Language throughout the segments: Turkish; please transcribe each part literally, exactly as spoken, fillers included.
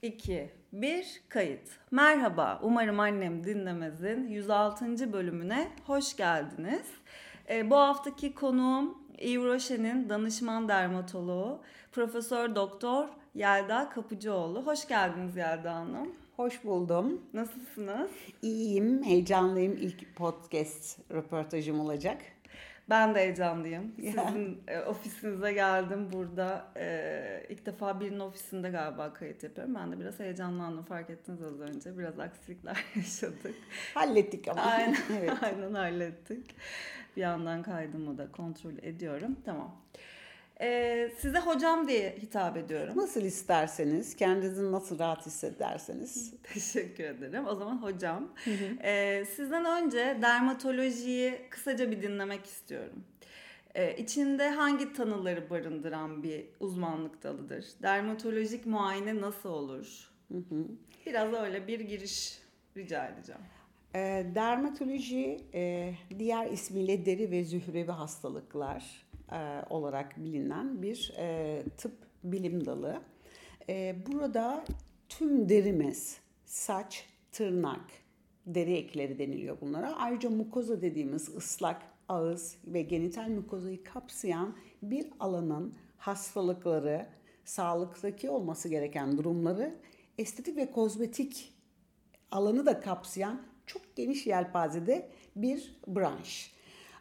iki, bir, kayıt. Merhaba, umarım annem dinlemez'in yüz altıncı bölümüne hoş geldiniz. E, bu haftaki konuğum Yves Rocher'in danışman dermatoloğu Profesör Doktor Yelda Kapıcıoğlu. Hoş geldiniz Yelda Hanım. Hoş buldum. Nasılsınız? İyiyim, heyecanlıyım. İlk podcast röportajım olacak. Ben de heyecanlıyım. Sizin e, ofisinize geldim burada. E, ilk defa birinin ofisinde galiba kayıt yapıyorum. Ben de biraz heyecanlandım, fark ettiniz az önce. Biraz aksilikler yaşadık. Hallettik ama. Aynen, evet. aynen hallettik. Bir yandan kaydımı da kontrol ediyorum. Tamam. Ee, size hocam diye hitap ediyorum. Nasıl isterseniz, kendinizi nasıl rahat hissederseniz. Teşekkür ederim. O zaman hocam. Hı hı. Ee, sizden önce dermatolojiyi kısaca bir dinlemek istiyorum. Ee, içinde hangi tanıları barındıran bir uzmanlık dalıdır? Dermatolojik muayene nasıl olur? Hı hı. Biraz öyle bir giriş rica edeceğim. E, dermatoloji e, diğer ismiyle deri ve zührevi hastalıklar olarak bilinen bir e, tıp bilim dalı. E, burada tüm derimiz, saç, tırnak, deri ekleri deniliyor bunlara. Ayrıca mukoza dediğimiz ıslak ağız ve genital mukozayı kapsayan bir alanın hastalıkları, sağlıktaki olması gereken durumları, estetik ve kozmetik alanı da kapsayan çok geniş yelpazede bir branş.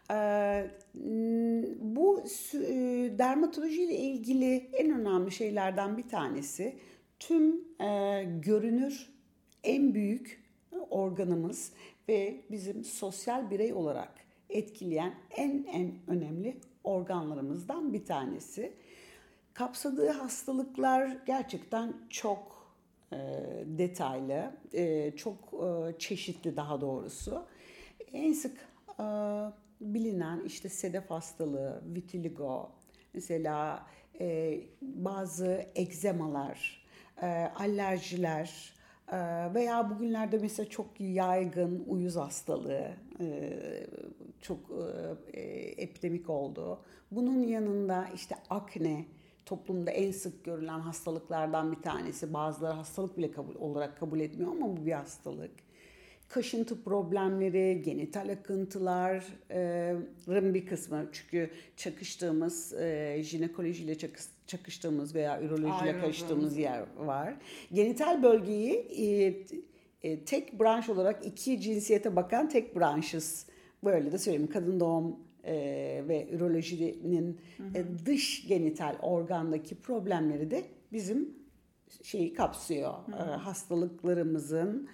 Bu dermatoloji ile ilgili en önemli şeylerden bir tanesi tüm görünür en büyük organımız ve bizim sosyal birey olarak etkileyen en en önemli organlarımızdan bir tanesi. Kapsadığı hastalıklar gerçekten çok detaylı, çok çeşitli daha doğrusu. En sık bilinen işte sedef hastalığı, vitiligo, mesela e, bazı egzemalar, e, alerjiler e, veya bugünlerde mesela çok yaygın uyuz hastalığı e, çok e, epidemik oldu. Bunun yanında işte akne toplumda en sık görülen hastalıklardan bir tanesi. Bazıları hastalık bile kabul, olarak kabul etmiyor ama bu bir hastalık. Kaşıntı problemleri, genital akıntıların bir kısmı, çünkü çakıştığımız, e, jinekolojiyle çakıştığımız veya ürolojiyle karıştığımız yer var. Genital bölgeyi e, e, tek branş olarak iki cinsiyete bakan tek branşız. Böyle de söyleyeyim, kadın doğum e, ve ürolojinin e, dış genital organdaki problemleri de bizim şeyi kapsıyor. Hı hı. E, hastalıklarımızın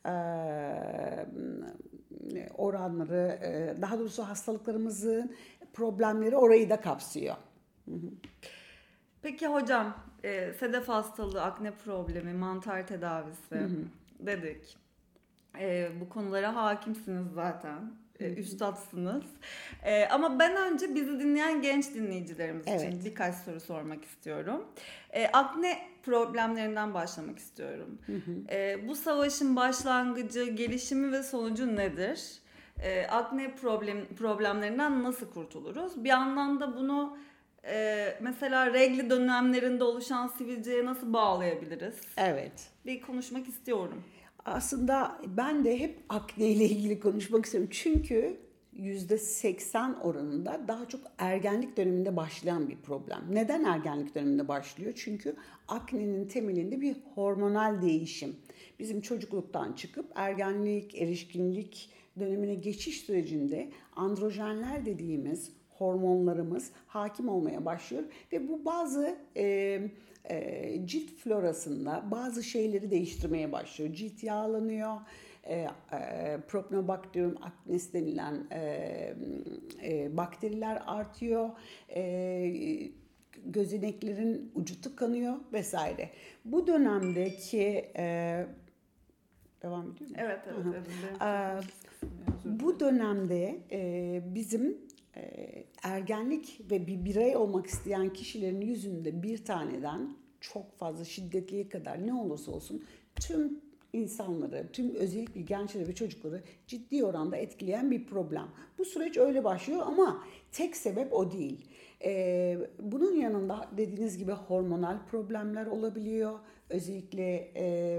oranları, daha doğrusu hastalıklarımızın problemleri orayı da kapsıyor. Peki hocam, e, sedef hastalığı, akne problemi, mantar tedavisi hı hı. dedik. E, bu konulara hakimsiniz zaten. E, üstadsınız. E, ama ben önce bizi dinleyen genç dinleyicilerimiz evet. için birkaç soru sormak istiyorum. E, akne problemlerinden başlamak istiyorum. Hı hı. E, bu savaşın başlangıcı, gelişimi ve sonucu nedir? E, akne problem, problemlerinden nasıl kurtuluruz? Bir yandan da bunu e, mesela regl dönemlerinde oluşan sivilceye nasıl bağlayabiliriz? Evet. Bir konuşmak istiyorum. Aslında ben de hep akne ile ilgili konuşmak istiyorum. Çünkü yüzde seksen oranında daha çok ergenlik döneminde başlayan bir problem. Neden ergenlik döneminde başlıyor? Çünkü aknenin temelinde bir hormonal değişim. Bizim çocukluktan çıkıp ergenlik, erişkinlik dönemine geçiş sürecinde androjenler dediğimiz hormonlarımız hakim olmaya başlıyor. Ve bu bazı e, e, cilt florasında bazı şeyleri değiştirmeye başlıyor. Cilt yağlanıyor. E, e, Propionobacterium acnes denilen e, e, bakteriler artıyor. E, gözeneklerin ucu tıkanıyor vesaire. Bu dönemdeki e, devam ediyor mu? Evet, evet. evet. E, bu dönemde e, bizim e, ergenlik ve bir birey olmak isteyen kişilerin yüzünde bir taneden çok fazla şiddetliye kadar ne olursa olsun tüm insanları, tüm özellikle gençleri ve çocukları ciddi oranda etkileyen bir problem. Bu süreç öyle başlıyor ama tek sebep o değil. Ee, bunun yanında dediğiniz gibi hormonal problemler olabiliyor. Özellikle e,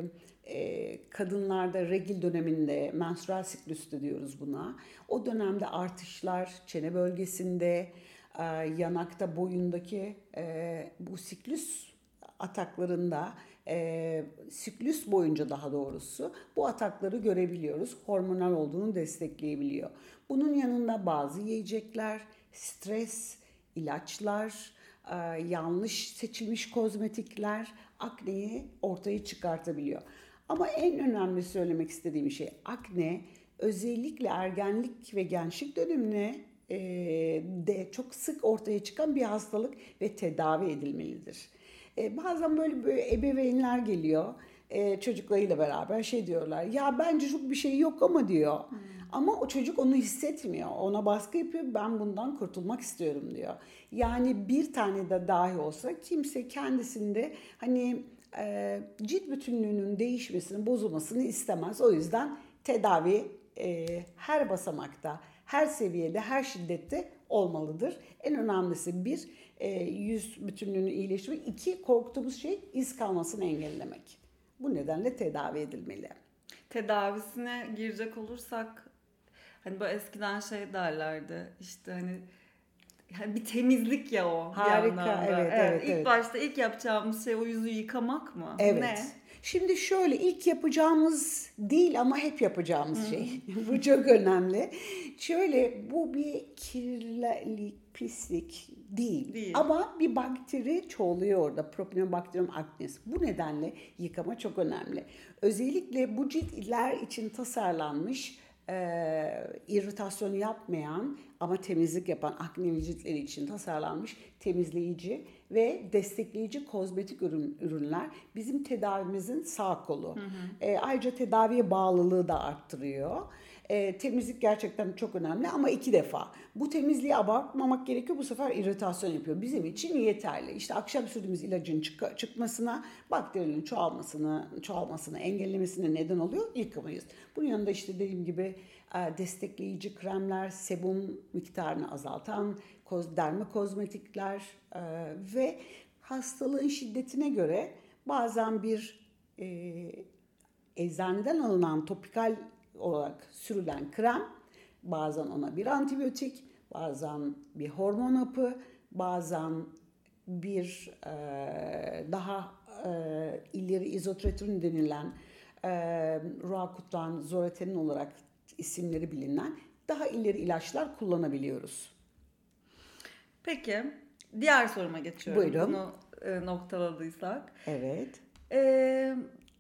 e, kadınlarda regil döneminde, menstrual siklüsü diyoruz buna. O dönemde artışlar çene bölgesinde, e, yanakta, boyundaki e, bu siklüs ataklarında, e, siklüs boyunca daha doğrusu bu atakları görebiliyoruz. Hormonal olduğunu destekleyebiliyor. Bunun yanında bazı yiyecekler, stres, ilaçlar, e, yanlış seçilmiş kozmetikler akneyi ortaya çıkartabiliyor. Ama en önemli söylemek istediğim şey, akne özellikle ergenlik ve gençlik dönemine e, de çok sık ortaya çıkan bir hastalık ve tedavi edilmelidir. E, bazen böyle, böyle ebeveynler geliyor e, çocuklarıyla beraber şey diyorlar, ya bence çok bir şey yok ama diyor. Hmm. Ama o çocuk onu hissetmiyor, ona baskı yapıyor, ben bundan kurtulmak istiyorum diyor. Yani bir tane de dahi olsa kimse kendisinde hani e, cilt bütünlüğünün değişmesini, bozulmasını istemez. O yüzden tedavi e, her basamakta, her seviyede, her şiddette olmalıdır. En önemlisi bir, e, yüz bütünlüğünü iyileştirmek. İki, korktuğumuz şey iz kalmasını engellemek. Bu nedenle tedavi edilmeli. Tedavisine girecek olursak, hani böyle eskiden şey derlerdi, işte hani yani bir temizlik ya o. Harika, evet, evet, evet. İlk evet. başta ilk yapacağımız şey o yüzü yıkamak mı? Evet. Ne? Şimdi şöyle, ilk yapacağımız değil ama hep yapacağımız şey. Bu çok önemli. Şöyle, bu bir kirlilik, pislik değil. değil. Ama bir bakteri çoğuluyor orada. Propionibacterium acnes. Bu nedenle yıkama çok önemli. Özellikle bu ciltler için tasarlanmış, e, irritasyon yapmayan ama temizlik yapan akneli ciltleri için tasarlanmış temizleyici ve destekleyici kozmetik ürün, ürünler bizim tedavimizin sağ kolu. Hı hı. E, ayrıca tedaviye bağlılığı da arttırıyor. E, temizlik gerçekten çok önemli ama iki defa. Bu temizliği abartmamak gerekiyor. Bu sefer irritasyon yapıyor. Bizim için yeterli. İşte akşam sürdüğümüz ilacın çık- çıkmasına, bakterilerin çoğalmasını, çoğalmasını engellemesine neden oluyor. Yıkamayız. Bunun yanında işte dediğim gibi destekleyici kremler, sebum miktarını azaltan dermokozmetikler e, ve hastalığın şiddetine göre bazen bir e, eczaneden alınan topikal olarak sürülen krem, bazen ona bir antibiyotik, bazen bir hormon hapı, bazen bir e, daha e, ileri izotretinoin denilen e, Roacutan, Zoretenin olarak isimleri bilinen daha ileri ilaçlar kullanabiliyoruz. Peki, diğer soruma geçiyorum. Buyurun. Bunu e, noktaladıysak. Evet. Ee,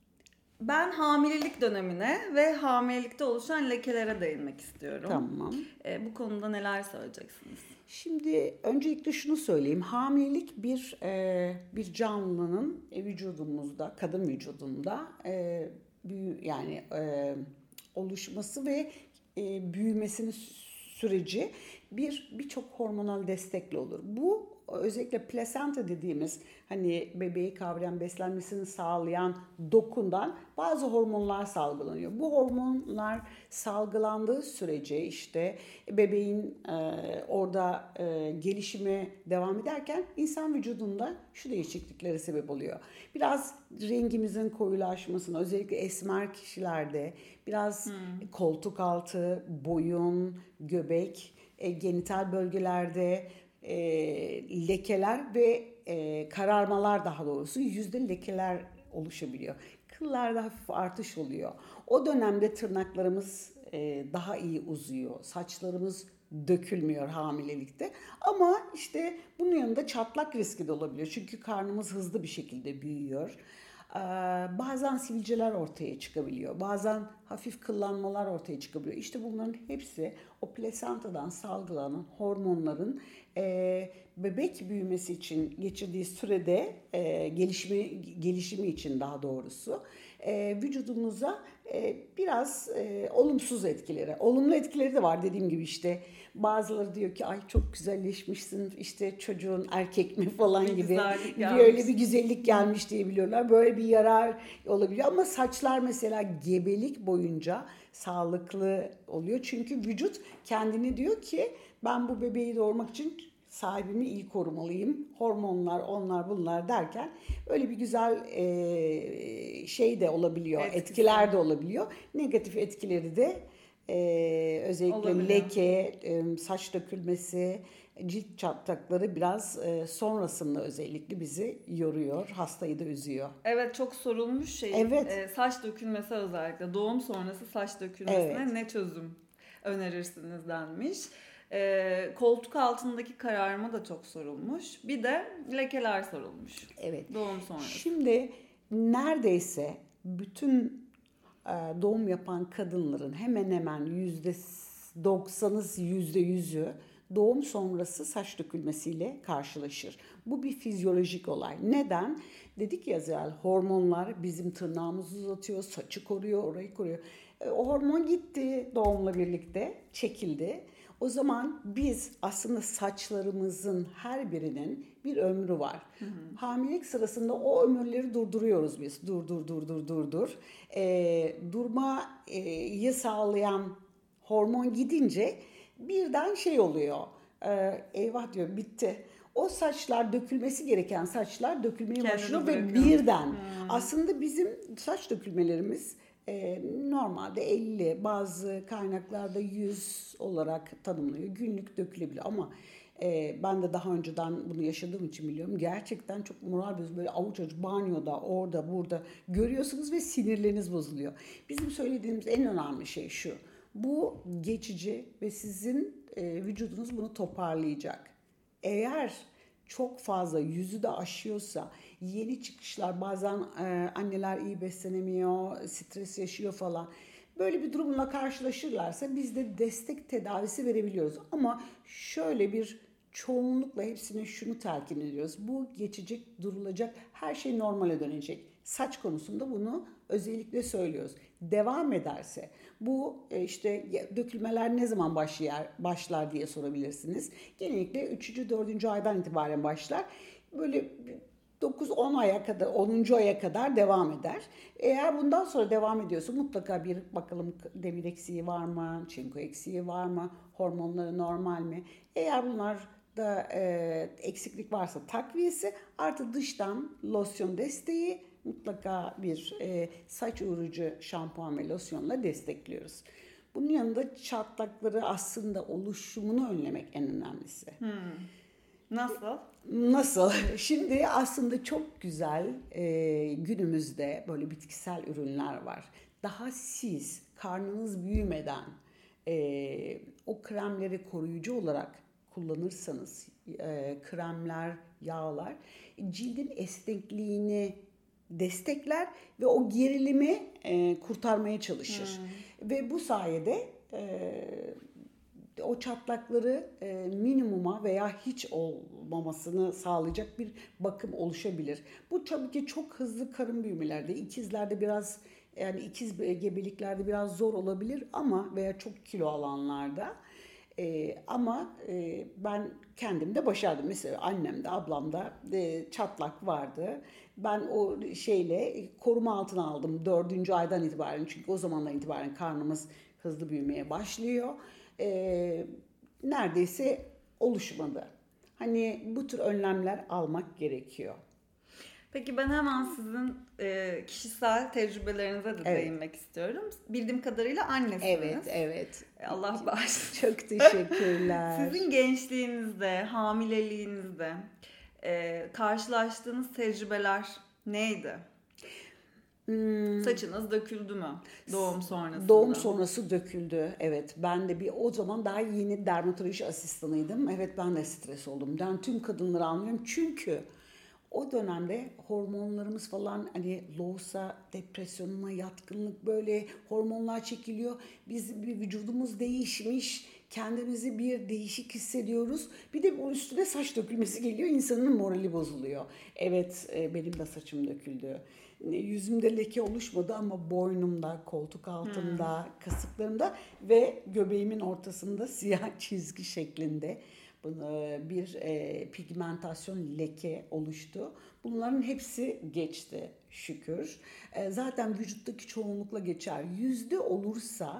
ben hamilelik dönemine ve hamilelikte oluşan lekelere değinmek istiyorum. Tamam. Ee, bu konuda neler söyleyeceksiniz? Şimdi öncelikle şunu söyleyeyim. Hamilelik bir e, bir canlının vücudumuzda, kadın vücudunda e, büyü, yani e, oluşması ve e, büyümesinin süreci bir birçok hormonal destekle olur. Bu özellikle plasenta dediğimiz hani bebeği kavrayan, beslenmesini sağlayan dokundan bazı hormonlar salgılanıyor. Bu hormonlar salgılandığı sürece işte bebeğin e, orada e, gelişime devam ederken insan vücudunda şu değişikliklere sebep oluyor. Biraz rengimizin koyulaşmasına, özellikle esmer kişilerde biraz hmm. koltuk altı, boyun, göbek, e, genital bölgelerde e, lekeler ve e, kararmalar, daha doğrusu yüzde lekeler oluşabiliyor. Kıllarda hafif artış oluyor. O dönemde tırnaklarımız e, daha iyi uzuyor. Saçlarımız dökülmüyor hamilelikte. Ama işte bunun yanında çatlak riski de olabiliyor. Çünkü karnımız hızlı bir şekilde büyüyor. Ee, bazen sivilceler ortaya çıkabiliyor. Bazen hafif kıllanmalar ortaya çıkabiliyor. İşte bunların hepsi o plasentadan salgılanan hormonların e, bebek büyümesi için geçirdiği sürede e, gelişimi, gelişimi için daha doğrusu e, vücudumuza e, biraz e, olumsuz etkileri, olumlu etkileri de var dediğim gibi. İşte bazıları diyor ki ay çok güzelleşmişsin, işte çocuğun erkek mi falan bir gibi böyle bir güzellik gelmiş diyebiliyorlar. Böyle bir yarar olabiliyor ama saçlar mesela gebelik boyunca sağlıklı oluyor. Çünkü vücut kendini diyor ki ben bu bebeği doğurmak için sahibimi iyi korumalıyım. Hormonlar, onlar bunlar derken öyle bir güzel e, şey de olabiliyor, Etkisi. etkiler de olabiliyor. Negatif etkileri de e, özellikle olabiliyor. Leke, e, saç dökülmesi, cilt çatlakları biraz e, sonrasında özellikle bizi yoruyor, hastayı da üzüyor. Evet, çok sorulmuş şey. Evet. E, saç dökülmesi özellikle doğum sonrası saç dökülmesine evet. ne çözüm önerirsiniz denmiş. E, koltuk altındaki kararma da çok sorulmuş. Bir de lekeler sorulmuş. Evet. Doğum sonrası. Şimdi neredeyse bütün e, doğum yapan kadınların hemen hemen yüzde doksanı, yüzde yüzü doğum sonrası saç dökülmesiyle karşılaşır. Bu bir fizyolojik olay. Neden? Dedik ya Zehra, hormonlar bizim tırnağımızı uzatıyor, saçı koruyor, orayı koruyor. E, o hormon gitti doğumla birlikte, çekildi. O zaman biz aslında saçlarımızın her birinin bir ömrü var. Hı hı. Hamilelik sırasında o ömürleri durduruyoruz biz. Dur dur dur dur dur dur. E, durmayı sağlayan hormon gidince birden şey oluyor. E, eyvah diyor, bitti. O saçlar, dökülmesi gereken saçlar dökülmeye Kendini başlıyor bırakıyor. Ve birden. Hmm. Aslında bizim saç dökülmelerimiz e, normalde elli, bazı kaynaklarda yüz olarak tanımlıyor. Günlük dökülebilir ama e, ben de daha önceden bunu yaşadığım için biliyorum. Gerçekten çok moral bozucu, böyle avuç avuç banyoda, orada, burada görüyorsunuz ve sinirleriniz bozuluyor. Bizim söylediğimiz en önemli şey şu. Bu geçici ve sizin e, vücudunuz bunu toparlayacak. Eğer çok fazla yüzü de aşıyorsa, yeni çıkışlar, bazen e, anneler iyi beslenemiyor, stres yaşıyor falan. Böyle bir durumla karşılaşırlarsa biz de destek tedavisi verebiliyoruz. Ama şöyle bir çoğunlukla hepsine şunu telkin ediyoruz. Bu geçecek, durulacak, her şey normale dönecek. Saç konusunda bunu özellikle söylüyoruz. Devam ederse bu işte dökülmeler ne zaman başlar, başlar diye sorabilirsiniz. Genellikle üçüncü dördüncü aydan itibaren başlar. Böyle dokuz on aya kadar, onuncu aya kadar devam eder. Eğer bundan sonra devam ediyorsa mutlaka bir bakalım demir eksiği var mı, çinko eksiği var mı, hormonları normal mi? Eğer bunlar da e, eksiklik varsa takviyesi, artı dıştan losyon desteği, mutlaka bir e, saç uğrucu şampuan ve losyonla destekliyoruz. Bunun yanında çatlakları aslında oluşumunu önlemek en önemlisi. Hmm. Nasıl? Nasıl? Şimdi aslında çok güzel e, günümüzde böyle bitkisel ürünler var. Daha siz karnınız büyümeden e, o kremleri koruyucu olarak kullanırsanız, e, kremler, yağlar cildin esnekliğini destekler ve o gerilimi e, kurtarmaya çalışır. Hmm. Ve bu sayede e, o çatlakları e, minimuma veya hiç olmamasını sağlayacak bir bakım oluşabilir. Bu tabii ki çok hızlı karın büyümelerde, ikizlerde biraz, yani ikiz gebeliklerde biraz zor olabilir ama veya çok kilo alanlarda. Ee, ama e, ben kendim de başardım. Mesela annemde, ablamda e, çatlak vardı. Ben o şeyle koruma altına aldım dördüncü aydan itibaren. Çünkü o zamandan itibaren karnımız hızlı büyümeye başlıyor. E, neredeyse oluşmadı. Hani bu tür önlemler almak gerekiyor. Peki ben hemen sizin e, kişisel tecrübelerinize de evet. değinmek istiyorum. Bildiğim kadarıyla annesiniz. Evet, evet. Allah bağışlasın. Çok teşekkürler. Sizin gençliğinizde, hamileliğinizde e, karşılaştığınız tecrübeler neydi? Hmm. Saçınız döküldü mü doğum sonrasında? Doğum sonrası döküldü. Evet, ben de bir o zaman daha yeni dermatoloji asistanıydım. Evet, ben de stres oldum. Ben tüm kadınları anlıyorum çünkü o dönemde hormonlarımız falan, hani loğusa, depresyonuna yatkınlık, böyle hormonlar çekiliyor. Biz bir vücudumuz değişmiş, kendimizi bir değişik hissediyoruz. Bir de bu üstüne saç dökülmesi geliyor, insanın morali bozuluyor. Evet, benim de saçım döküldü. Yüzümde leke oluşmadı ama boynumda, koltuk altımda, hmm. kasıklarımda ve göbeğimin ortasında siyah çizgi şeklinde bir e, pigmentasyon, leke oluştu. Bunların hepsi geçti şükür. E, zaten vücuttaki çoğunlukla geçer. Yüzde olursa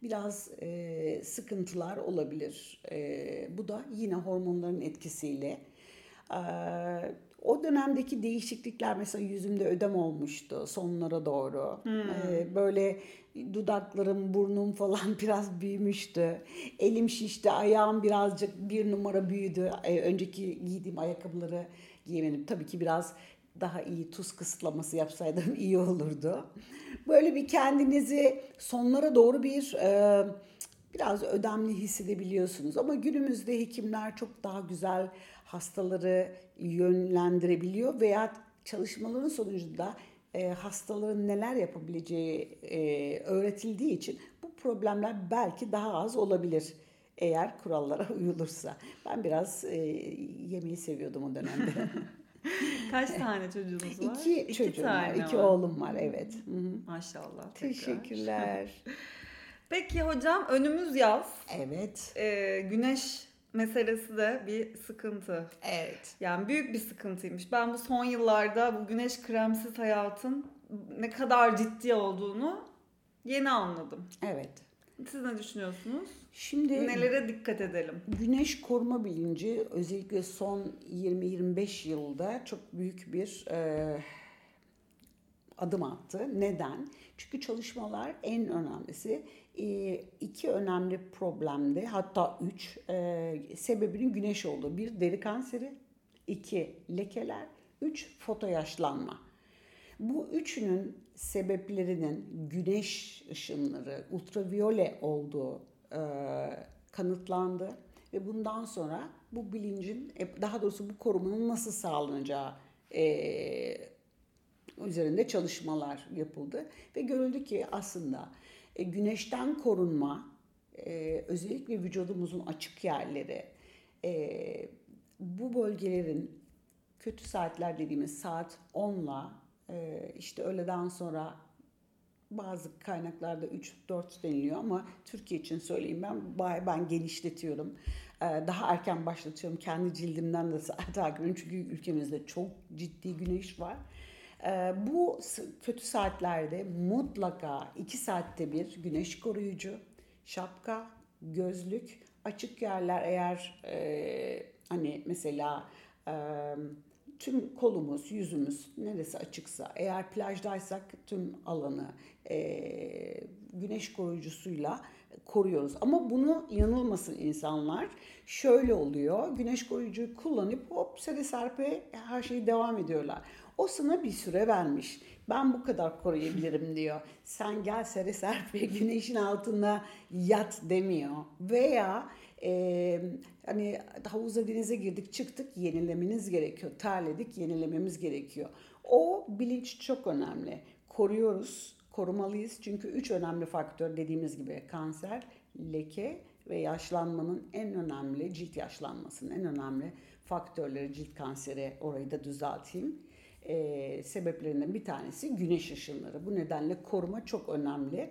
biraz e, sıkıntılar olabilir. E, bu da yine hormonların etkisiyle. E, o dönemdeki değişiklikler, mesela yüzümde ödem olmuştu sonlara doğru. Hmm. E, böyle dudaklarım, burnum falan biraz büyümüştü. Elim şişti, ayağım birazcık bir numara büyüdü. E, önceki giydiğim ayakkabıları giyemedim. Tabii ki biraz daha iyi tuz kısıtlaması yapsaydım iyi olurdu. Böyle bir kendinizi sonlara doğru bir e, biraz ödemli hissedebiliyorsunuz. Ama günümüzde hekimler çok daha güzel hastaları yönlendirebiliyor veya çalışmaların sonucunda e, hastaların neler yapabileceği e, öğretildiği için bu problemler belki daha az olabilir eğer kurallara uyulursa. Ben biraz e, yemeği seviyordum o dönemde. Kaç tane çocuğunuz var? İki, İki çocuğum var, tane iki var. oğlum var, evet. Hı-hı. Maşallah. Teşekkürler. Peki hocam, önümüz yaz. Evet. Ee, güneş meselesi de bir sıkıntı. Evet. Yani büyük bir sıkıntıymış. Ben bu son yıllarda bu güneş kremsiz hayatın ne kadar ciddi olduğunu yeni anladım. Evet. Siz ne düşünüyorsunuz? Şimdi nelere dikkat edelim? Güneş koruma bilinci özellikle son yirmi yirmi beş yılda çok büyük bir e, adım attı. Neden? Çünkü çalışmalar, en önemlisi e, iki önemli problemde, hatta üç e, sebebinin güneş olduğu. Bir, deri kanseri; iki, lekeler; üç, fotoyaşlanma. Bu üçünün sebeplerinin güneş ışınları, ultraviyole olduğu e, kanıtlandı ve bundan sonra bu bilincin, daha doğrusu bu korumanın nasıl sağlanacağı e, üzerinde çalışmalar yapıldı ve görüldü ki aslında e, güneşten korunma, e, özellikle vücudumuzun açık yerleri, e, bu bölgelerin kötü saatler dediğimiz saat onla e, işte öğleden sonra, bazı kaynaklarda üç dört deniliyor ama Türkiye için söyleyeyim, ben ben genişletiyorum. Daha erken başlatıyorum. Kendi cildimden de takip ediyorum. Çünkü ülkemizde çok ciddi güneş var. Bu kötü saatlerde mutlaka iki saatte bir güneş koruyucu, şapka, gözlük, açık yerler, eğer e, hani mesela e, tüm kolumuz, yüzümüz neresi açıksa, eğer plajdaysak tüm alanı e, güneş koruyucusuyla koruyoruz. Ama bunu yanılmasın insanlar. Şöyle oluyor: güneş koruyucuyu kullanıp hop sere serpe her şeyi devam ediyorlar. O sana bir süre vermiş. Ben bu kadar koruyabilirim diyor. Sen gel sere serpe güneşin altında yat demiyor. Veya e, hani havuza, denize girdik çıktık, yenilemeniz gerekiyor. Terledik, yenilememiz gerekiyor. O bilinç çok önemli. Koruyoruz, korumalıyız. Çünkü üç önemli faktör dediğimiz gibi: kanser, leke ve yaşlanmanın en önemli, cilt yaşlanmasının en önemli faktörleri, cilt kanseri, orayı da düzelteyim. Ee, sebeplerinden bir tanesi güneş ışınları. Bu nedenle koruma çok önemli.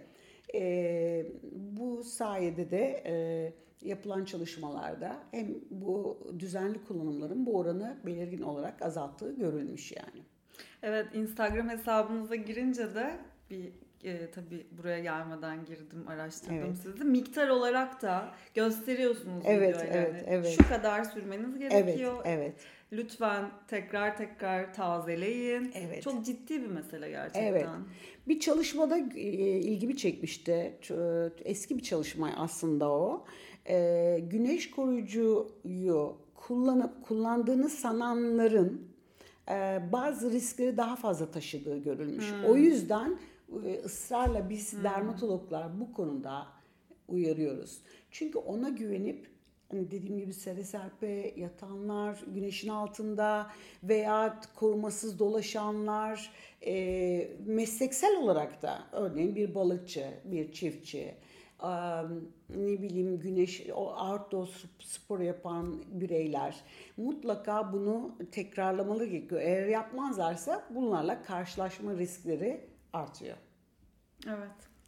Ee, bu sayede de e, yapılan çalışmalarda hem bu düzenli kullanımların bu oranı belirgin olarak azalttığı görülmüş yani. Evet, Instagram hesabınıza girince de bir e, tabii buraya gelmeden girdim, araştırdım evet. sizi. Miktar olarak da gösteriyorsunuz evet, videoyu. Evet, yani. evet. Şu kadar sürmeniz gerekiyor. Evet, evet. Lütfen tekrar tekrar tazeleyin. Evet. Çok ciddi bir mesele gerçekten. Evet. Bir çalışmada e, ilgimi çekmişti. Eski bir çalışma aslında o. E, güneş koruyucuyu kullanıp kullandığını sananların e, bazı riskleri daha fazla taşıdığı görülmüş. Hmm. O yüzden e, ısrarla biz hmm. dermatologlar bu konuda uyarıyoruz. Çünkü ona güvenip, hani dediğim gibi sere serpe yatanlar, güneşin altında veya korumasız dolaşanlar, e, mesleksel olarak da örneğin bir balıkçı, bir çiftçi, e, ne bileyim güneş, o outdoor spor yapan bireyler mutlaka bunu tekrarlamalı gerekiyor. Eğer yapmazlarsa bunlarla karşılaşma riskleri artıyor. Evet.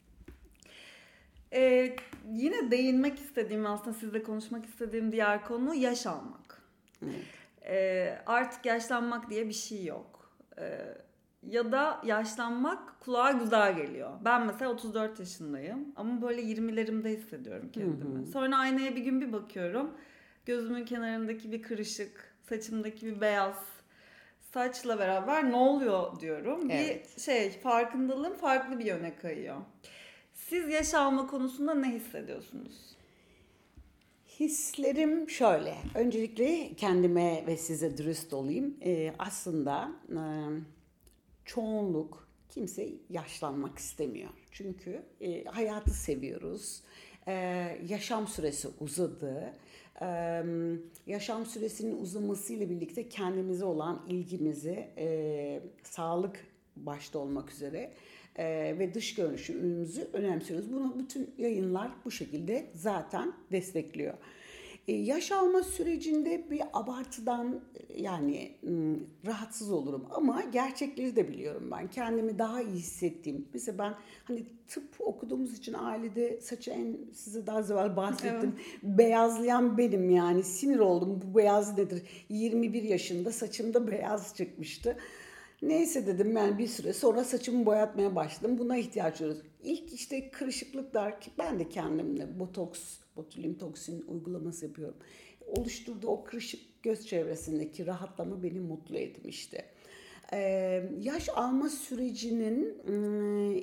Ee, yine değinmek istediğim, aslında sizle konuşmak istediğim diğer konu yaş almak. Evet. Ee, artık yaşlanmak diye bir şey yok. Ee, ya da yaşlanmak kulağa güzel geliyor. Ben mesela otuz dört yaşındayım ama böyle yirmilerimde hissediyorum kendimi. Hı hı. Sonra aynaya bir gün bir bakıyorum. Gözümün kenarındaki bir kırışık, saçımdaki bir beyaz saçla beraber ne oluyor diyorum. Evet. Bir şey, farkındalığım farklı bir yöne kayıyor. Siz yaş alma konusunda ne hissediyorsunuz? Hislerim şöyle. Öncelikle kendime ve size dürüst olayım. Ee, aslında e, çoğunluk kimse yaşlanmak istemiyor. Çünkü e, hayatı seviyoruz. E, yaşam süresi uzadı. E, yaşam süresinin uzamasıyla birlikte kendimize olan ilgimizi, e, sağlık başta olmak üzere e, ve dış görünüşümüzü önemsiyoruz. Bunu bütün yayınlar bu şekilde zaten destekliyor. E, yaş alma sürecinde bir abartıdan yani ım, rahatsız olurum ama gerçekleri de biliyorum ben. Kendimi daha iyi hissettiğim. Mesela ben hani tıp okuduğumuz için ailede saçı en size daha evvel bahsettim. Evet. Beyazlayan benim yani sinir oldum. Bu beyaz nedir? yirmi bir yaşında saçımda beyaz çıkmıştı. Neyse dedim yani bir süre sonra saçımı boyatmaya başladım. Buna ihtiyaç duyuyoruz. İlk işte kırışıklıklar ki ben de kendimle botoks, botulinum toksin uygulaması yapıyorum. Oluşturduğu o kırışık göz çevresindeki rahatlama beni mutlu etmişti. Ee, yaş alma sürecinin ım,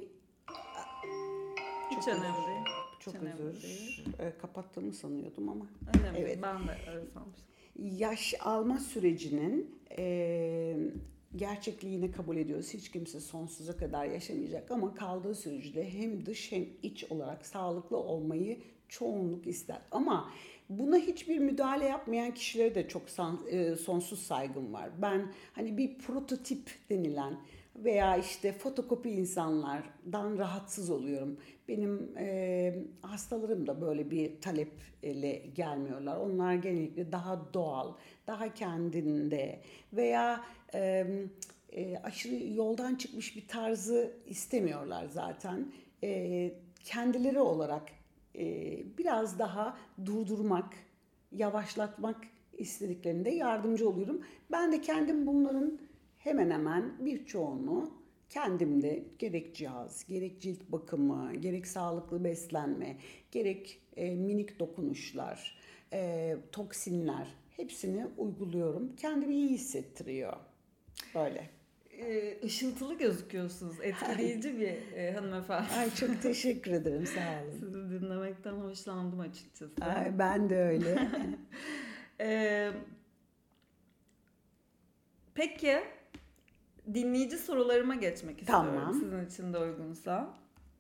hiç önemli değil. Çok özür. E, kapattığımı sanıyordum ama. Önemli. Evet. Ben de öyle sanmıştım. Yaş alma sürecinin e, gerçekliğini kabul ediyoruz. Hiç kimse sonsuza kadar yaşamayacak ama kaldığı sürece hem dış hem iç olarak sağlıklı olmayı çoğunluk ister. Ama buna hiçbir müdahale yapmayan kişilere de çok sonsuz saygım var. Ben hani bir prototip denilen veya işte fotokopi insanlardan rahatsız oluyorum. Benim e, hastalarım da böyle bir taleple gelmiyorlar. Onlar genellikle daha doğal, daha kendinde veya e, e, aşırı yoldan çıkmış bir tarzı istemiyorlar zaten. E, kendileri olarak e, biraz daha durdurmak, yavaşlatmak istediklerinde yardımcı oluyorum. Ben de kendim bunların hemen hemen birçoğunu kendimde gerek cihaz, gerek cilt bakımı, gerek sağlıklı beslenme, gerek e, minik dokunuşlar, e, toksinler hepsini uyguluyorum. Kendimi iyi hissettiriyor. Böyle. E, ışıltılı gözüküyorsunuz. Etkileyici bir e, hanımefendi. Ay çok teşekkür ederim. Sağ olun. Sizi dinlemekten hoşlandım açıkçası. Ay, ben de öyle. e, peki dinleyici sorularıma geçmek istiyorum. Tamam. Sizin için de uygunsa.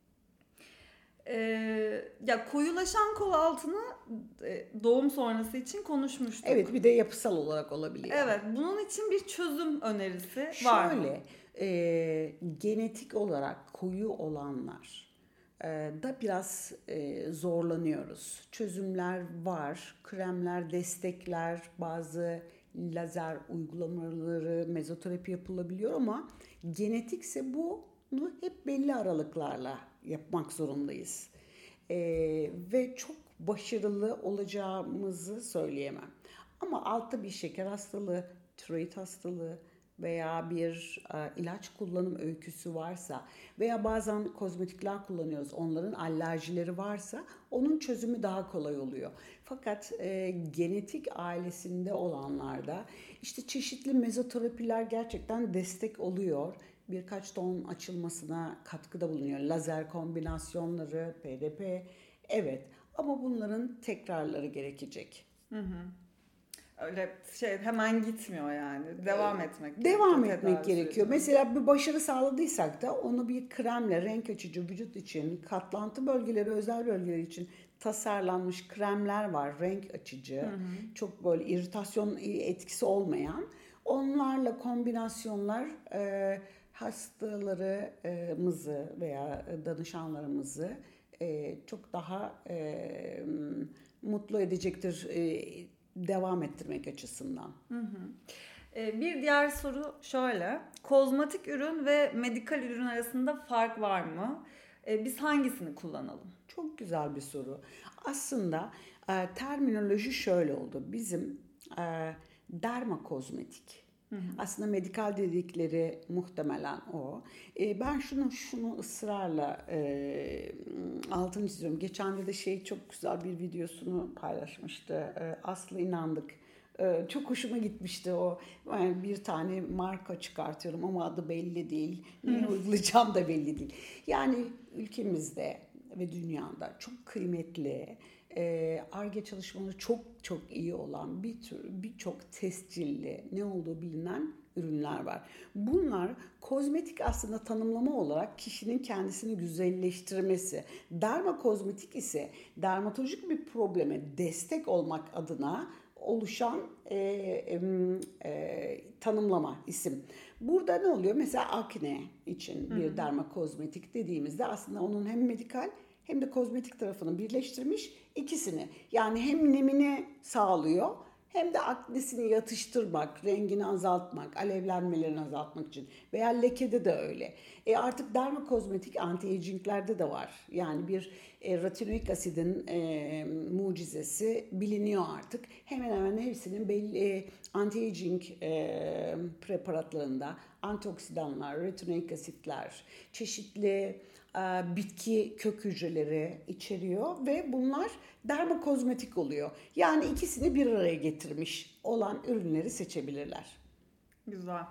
Ee, ya koyulaşan kol altını doğum sonrası için konuşmuştuk. Evet, bir de yapısal olarak olabiliyor. Evet, bunun için bir çözüm önerisi var mı? Şöyle, e, genetik olarak koyu olanlar e, da biraz e, zorlanıyoruz. Çözümler var, kremler, destekler, bazı lazer uygulamaları, mezoterapi yapılabiliyor ama genetikse bunu hep belli aralıklarla yapmak zorundayız. Ee, ve çok başarılı olacağımızı söyleyemem. Ama altta bir şeker hastalığı, tiroid hastalığı veya bir e, ilaç kullanım öyküsü varsa veya bazen kozmetikler kullanıyoruz, onların alerjileri varsa onun çözümü daha kolay oluyor. Fakat e, genetik ailesinde olanlarda işte çeşitli mezoterapiler gerçekten destek oluyor. Birkaç ton açılmasına katkıda bulunuyor. Lazer kombinasyonları, P R P, evet ama bunların tekrarları gerekecek. Hı hı. Öyle şey hemen gitmiyor yani. Devam etmek Devam gerekiyor. etmek gerekiyor. Sürecinde. Mesela bir başarı sağladıysak da onu bir kremle, renk açıcı vücut için, katlantı bölgeleri, özel bölgeler için tasarlanmış kremler var. Renk açıcı, hı hı. çok böyle iritasyon etkisi olmayan. Onlarla kombinasyonlar e, hastalarımızı veya danışanlarımızı e, çok daha e, mutlu edecektir e, devam ettirmek açısından. Hı hı. E, bir diğer soru şöyle. Kozmetik ürün ve medikal ürün arasında fark var mı? E, biz hangisini kullanalım? Çok güzel bir soru. Aslında e, terminoloji şöyle oldu. Bizim e, dermakozmetik Hı hı. Aslında medikal dedikleri muhtemelen o. E, ben şunu şunu ısrarla e, altını çiziyorum. Geçen de şey çok güzel bir videosunu paylaşmıştı. E, Aslı İnandık. E, çok hoşuma gitmişti o. Yani bir tane marka çıkartıyorum ama adı belli değil. Ne uygulayacağım da belli değil. Yani ülkemizde ve dünyada çok kıymetli, Ar-Ge çalışmaları çok çok iyi olan bir tür birçok tescilli ne olduğu bilinen ürünler var. Bunlar kozmetik aslında tanımlama olarak kişinin kendisini güzelleştirmesi. Dermakozmetik ise dermatolojik bir probleme destek olmak adına oluşan e, e, e, tanımlama isim. Burada ne oluyor? Mesela akne için bir dermakozmetik dediğimizde aslında onun hem medikal hem de kozmetik tarafını birleştirmiş ikisini. Yani hem nemini sağlıyor hem de aknesini yatıştırmak, rengini azaltmak, alevlenmelerini azaltmak için. Veya lekede de öyle. E artık dermakozmetik anti-aginglerde de var. Yani bir e, retinoik asidin e, mucizesi biliniyor artık. Hemen hemen hepsinin belli e, anti-aging e, preparatlarında antioksidanlar, retinoik asitler, çeşitli bitki kök hücreleri içeriyor ve bunlar dermakozmetik oluyor. Yani ikisini bir araya getirmiş olan ürünleri seçebilirler. Güzel.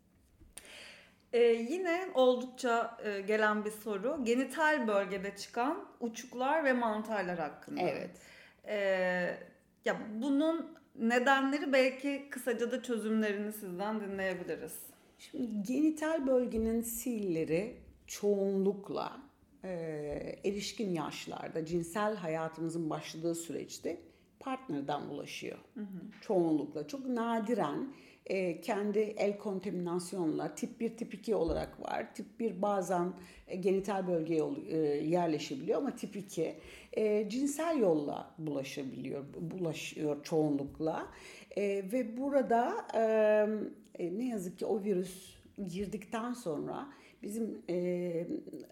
Ee, yine oldukça e, gelen bir soru. Genital bölgede çıkan uçuklar ve mantarlar hakkında. Evet. Ee, ya bunun nedenleri, belki kısaca da çözümlerini sizden dinleyebiliriz. Şimdi genital bölgenin silleri çoğunlukla e, erişkin yaşlarda cinsel hayatımızın başladığı süreçte partnerden bulaşıyor. Hı hı. Çoğunlukla. Çok nadiren e, kendi el kontaminasyonla tip bir tip iki olarak var. Tip bir bazen e, genital bölgeye e, yerleşebiliyor ama tip iki e, cinsel yolla bulaşabiliyor, bulaşıyor çoğunlukla. E, ve burada e, ne yazık ki o virüs girdikten sonra bizim e,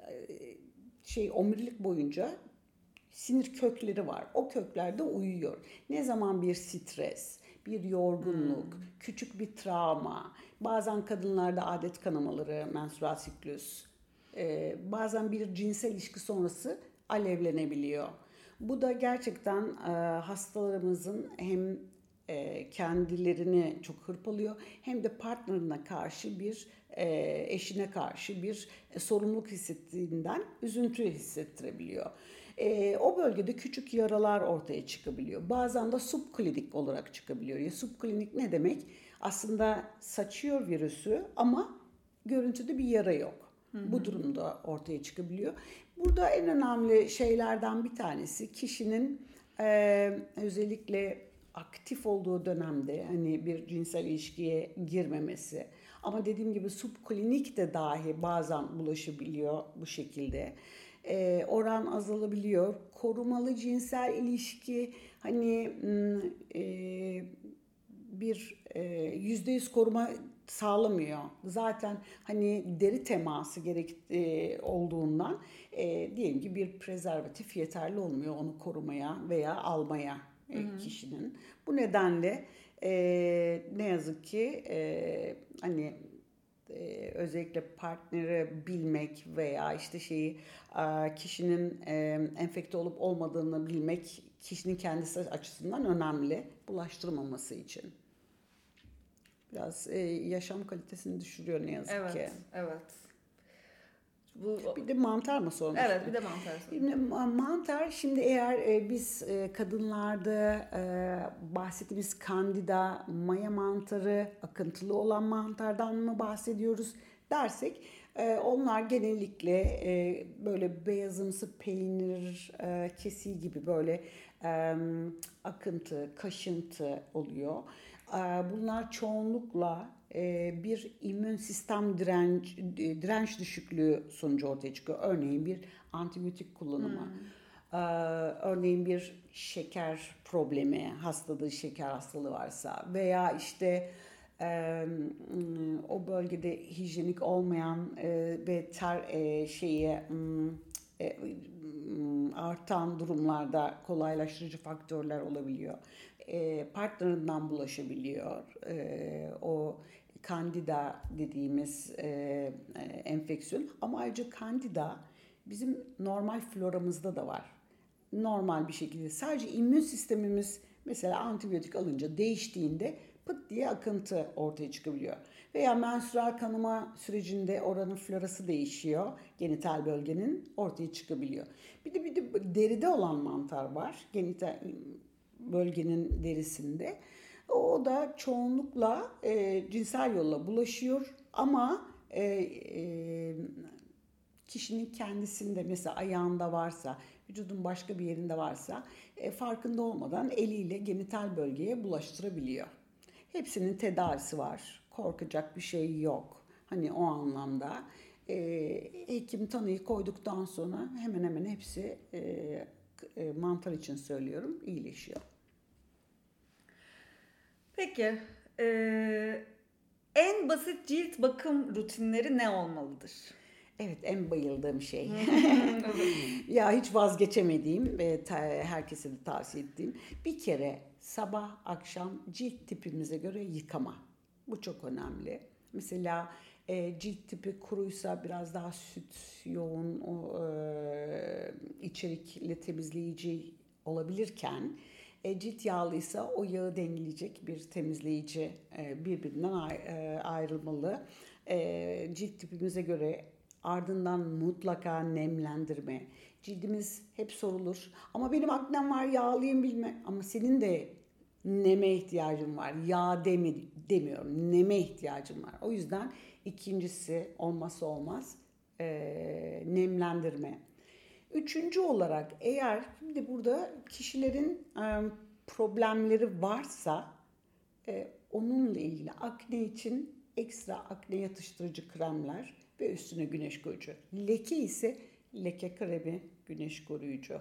şey omurilik boyunca sinir kökleri var. O köklerde uyuyor. Ne zaman bir stres, bir yorgunluk, hmm. küçük bir travma, bazen kadınlarda adet kanamaları, menstrual siklüs, e, bazen bir cinsel ilişki sonrası alevlenebiliyor. Bu da gerçekten e, hastalarımızın hem e, kendilerini çok hırpalıyor hem de partnerine karşı bir e, eşine karşı bir e, sorumluluk hissettiğinden üzüntü hissettirebiliyor. E, o bölgede küçük yaralar ortaya çıkabiliyor. Bazen de subklinik olarak çıkabiliyor. Ya subklinik ne demek? Aslında saçıyor virüsü ama görüntüde bir yara yok. Hı hı. Bu durumda ortaya çıkabiliyor. Burada en önemli şeylerden bir tanesi kişinin e, özellikle aktif olduğu dönemde hani bir cinsel ilişkiye girmemesi. Ama dediğim gibi subklinik de dahi bazen bulaşabiliyor bu şekilde. E, oran azalabiliyor. Korumalı cinsel ilişki hani e, bir yüzde yüz koruma sağlamıyor. Zaten hani deri teması gerek e, olduğundan e, diyelim ki bir prezervatif yeterli olmuyor onu korumaya veya almaya e, kişinin. Bu nedenle e, ne yazık ki e, hani Ee, özellikle partneri bilmek veya işte şeyi kişinin e, enfekte olup olmadığını bilmek kişinin kendisi açısından önemli bulaştırmaması için. Biraz e, yaşam kalitesini düşürüyor ne yazık evet, ki. Evet, evet. Bu, bir de mantar mı sormuştun? Evet, bir de mantar sormuştun. Şimdi mantar, şimdi eğer e, biz e, kadınlarda e, bahsettiğimiz kandida, maya mantarı, akıntılı olan mantardan mı bahsediyoruz dersek, e, onlar genellikle e, böyle beyazımsı peynir e, kesiği gibi böyle e, akıntı, kaşıntı oluyor. E, bunlar çoğunlukla bir immün sistem direnç, direnç düşüklüğü sonucu ortaya çıkıyor. Örneğin bir antibiyotik kullanımı, hmm. örneğin bir şeker problemi, hastalığı, şeker hastalığı varsa veya işte o bölgede hijyenik olmayan ve ter şeyi artan durumlarda kolaylaştırıcı faktörler olabiliyor. Partnerinden bulaşabiliyor. O Candida dediğimiz e, e, enfeksiyon. Ama ayrıca Candida bizim normal floramızda da var. Normal bir şekilde sadece immün sistemimiz mesela antibiyotik alınca değiştiğinde pıt diye akıntı ortaya çıkabiliyor. Veya menstrual kanama sürecinde oranın florası değişiyor. Genital bölgenin ortaya çıkabiliyor. Bir de bir de deride olan mantar var. Genital bölgenin derisinde. O da çoğunlukla e, cinsel yolla bulaşıyor ama e, e, kişinin kendisinde mesela ayağında varsa, vücudun başka bir yerinde varsa e, farkında olmadan eliyle genital bölgeye bulaştırabiliyor. Hepsinin tedavisi var. Korkacak bir şey yok. Hani o anlamda e, hekim tanıyı koyduktan sonra hemen hemen hepsi e, e, mantar için söylüyorum iyileşiyor. Peki, e, en basit cilt bakım rutinleri ne olmalıdır? Evet, en bayıldığım şey. Ya hiç vazgeçemediğim ve herkese de tavsiye ettiğim bir kere sabah akşam cilt tipimize göre yıkama. Bu çok önemli. Mesela e, cilt tipi kuruysa biraz daha süt yoğun o, e, içerikli temizleyici olabilirken e, cilt yağlıysa o yağı dengeleyecek bir temizleyici e, birbirinden ay, e, ayrılmalı. E, cilt tipimize göre ardından mutlaka nemlendirme. Cildimiz hep sorulur. Ama benim aknem var, yağlıyım bilme. Ama senin de neme ihtiyacın var. Yağ demi, demiyorum. Neme ihtiyacın var. O yüzden ikincisi olmazsa olmaz e, nemlendirme. Üçüncü olarak eğer şimdi burada kişilerin e, problemleri varsa e, onunla ilgili akne için ekstra akne yatıştırıcı kremler ve üstüne güneş koruyucu. Leke ise leke kremi, güneş koruyucu.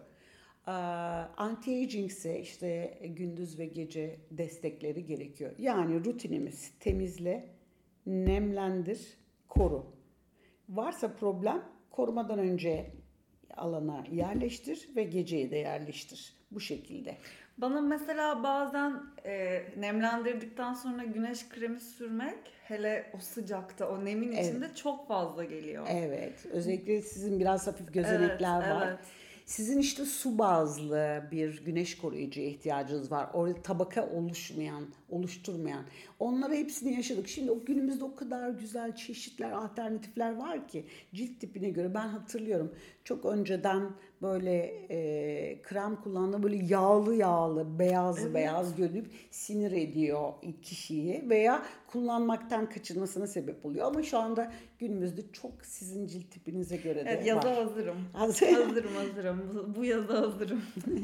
Anti-aging ise işte gündüz ve gece destekleri gerekiyor. Yani rutinimiz temizle, nemlendir, koru. Varsa problem korumadan önce alana yerleştir ve geceye de yerleştir. Bu şekilde. Bana mesela bazen e, nemlendirdikten sonra güneş kremi sürmek hele o sıcakta, o nemin Evet. içinde çok fazla geliyor. Evet. Özellikle sizin biraz hafif gözenekler evet, var. Evet. Sizin işte su bazlı bir güneş koruyucuya ihtiyacınız var. Orada tabaka oluşmayan, oluşturmayan. Onları hepsini yaşadık. Şimdi o günümüzde o kadar güzel çeşitler, alternatifler var ki cilt tipine göre. Ben hatırlıyorum çok önceden böyle e, krem kullandığım böyle yağlı yağlı, beyaz Evet. beyaz görünüp sinir ediyor kişiyi veya kullanmaktan kaçınmasına sebep oluyor. Ama şu anda günümüzde çok sizin cilt tipinize göre de evet, var. yaza hazırım. Hazır. hazırım hazırım. Bu, bu yaza hazırım.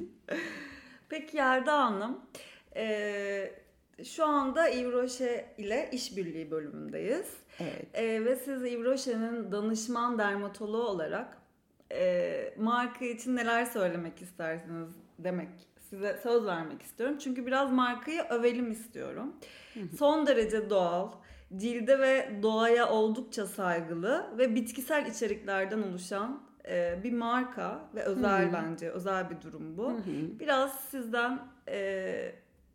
Peki Yerda Hanım, e, şu anda Yves Rocher ile işbirliği bölümündeyiz. Evet. E, ve siz Yves Rocher'in danışman dermatoloğu olarak e, marka için neler söylemek istersiniz demek, size söz vermek istiyorum. Çünkü biraz markayı övelim istiyorum. Son derece doğal, cilde ve doğaya oldukça saygılı ve bitkisel içeriklerden oluşan e, bir marka ve özel Hı-hı. bence, özel bir durum bu. Hı-hı. Biraz sizden e,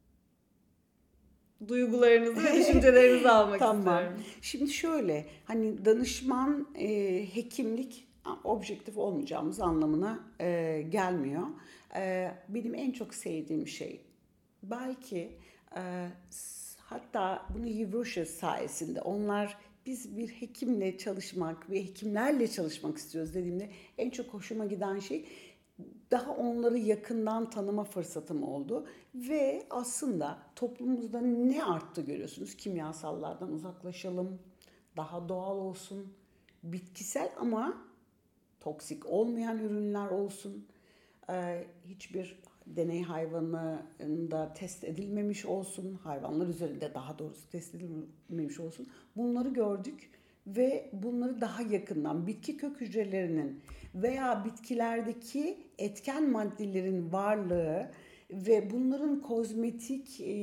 duygularınızı ve düşüncelerinizi almak tamam. istiyorum. Şimdi şöyle, hani danışman e, hekimlik objektif olmayacağımız anlamına e, gelmiyor. E, benim en çok sevdiğim şey belki e, hatta bunu Yves Rocher sayesinde onlar biz bir hekimle çalışmak ve hekimlerle çalışmak istiyoruz dediğimde en çok hoşuma giden şey daha onları yakından tanıma fırsatım oldu ve aslında toplumumuzda ne arttı görüyorsunuz? Kimyasallardan uzaklaşalım, daha doğal olsun, bitkisel ama toksik olmayan ürünler olsun, ee, hiçbir deney hayvanında test edilmemiş olsun, hayvanlar üzerinde daha doğrusu test edilmemiş olsun. Bunları gördük ve bunları daha yakından bitki kök hücrelerinin veya bitkilerdeki etken maddelerin varlığı ve bunların kozmetik e,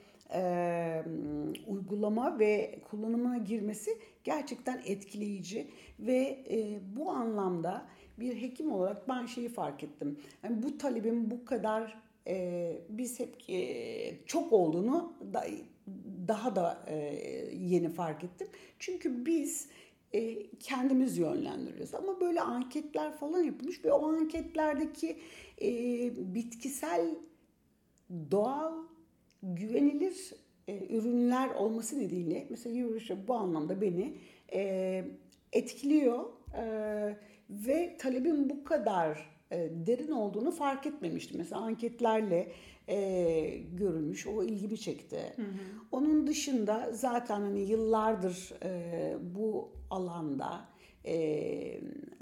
e, uygulama ve kullanımına girmesi gerçekten etkileyici ve e, bu anlamda bir hekim olarak ben şeyi fark ettim. Yani bu talebin bu kadar e, biz hep e, çok olduğunu da, daha da e, yeni fark ettim. Çünkü biz e, kendimiz yönlendiriyoruz. Ama böyle anketler falan yapılmış ve o anketlerdeki e, bitkisel, doğal, güvenilir e, ürünler olması nedeniyle mesela yürüyüşe bu anlamda beni e, etkiliyor e, ve talebin bu kadar e, derin olduğunu fark etmemiştim. Mesela anketlerle e, görülmüş, o ilgimi çekti. Hı hı. Onun dışında zaten hani yıllardır e, bu alanda e,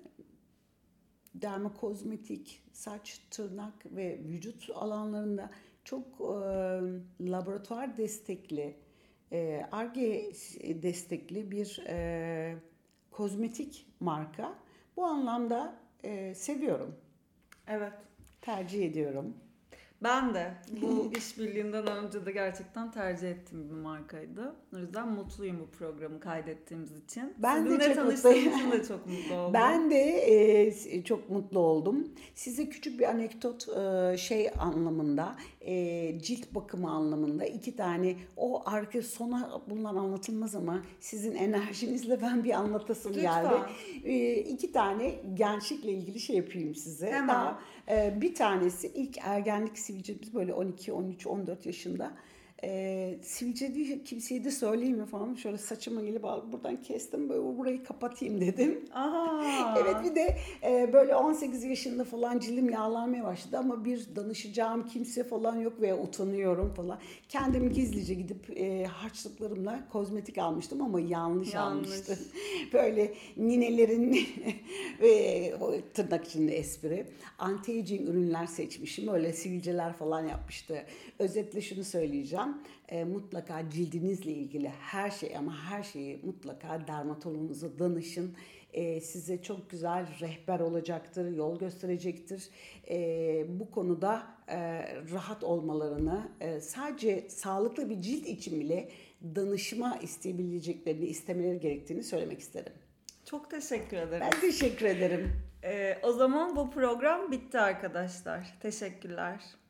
dermokozmetik, saç, tırnak ve vücut alanlarında çok e, laboratuvar destekli, Ar-Ge e, destekli bir e, kozmetik marka. Bu anlamda e, seviyorum. Evet. Tercih ediyorum. Ben de bu işbirliğinden önce de gerçekten tercih ettiğim bir markaydı. O yüzden mutluyum bu programı kaydettiğimiz için. Ben Sizinle de çok tanıştığım mutluyum. için de çok mutlu oldum. Ben de e, çok mutlu oldum. Size küçük bir anekdot e, şey anlamında, e, cilt bakımı anlamında iki tane, o arka sona bunlar anlatılmaz ama sizin enerjinizle ben bir anlatasım Lütfen. geldi. E, iki tane gençlikle ilgili şey yapayım size. Hemen. Daha, e, bir tanesi ilk ergenlik sivilcemiz böyle on iki, on üç, on dört yaşında. Ee, sivilce diyor, kimseye de söyleyeyim mi falan, şöyle saçıma gelip buradan kestim, böyle burayı kapatayım dedim. Aha. Evet, bir de e, böyle on sekiz yaşında falan cildim yağlanmaya başladı ama bir danışacağım kimse falan yok ve utanıyorum falan. Kendim gizlice gidip e, harçlıklarımla kozmetik almıştım ama yanlış, yanlış. almıştım. Böyle ninelerin ve tırnak içinde espri, anti-aging ürünler seçmişim, öyle sivilceler falan yapmıştı. Özetle şunu söyleyeceğim. E, mutlaka cildinizle ilgili her şey, ama her şeyi mutlaka dermatologunuza danışın. E, size çok güzel rehber olacaktır, yol gösterecektir. E, bu konuda e, rahat olmalarını, e, sadece sağlıklı bir cilt için bile danışma isteyebileceklerini, istemeleri gerektiğini söylemek isterim. Çok teşekkür ederim. Ben teşekkür ederim. E, o zaman bu program bitti arkadaşlar. Teşekkürler.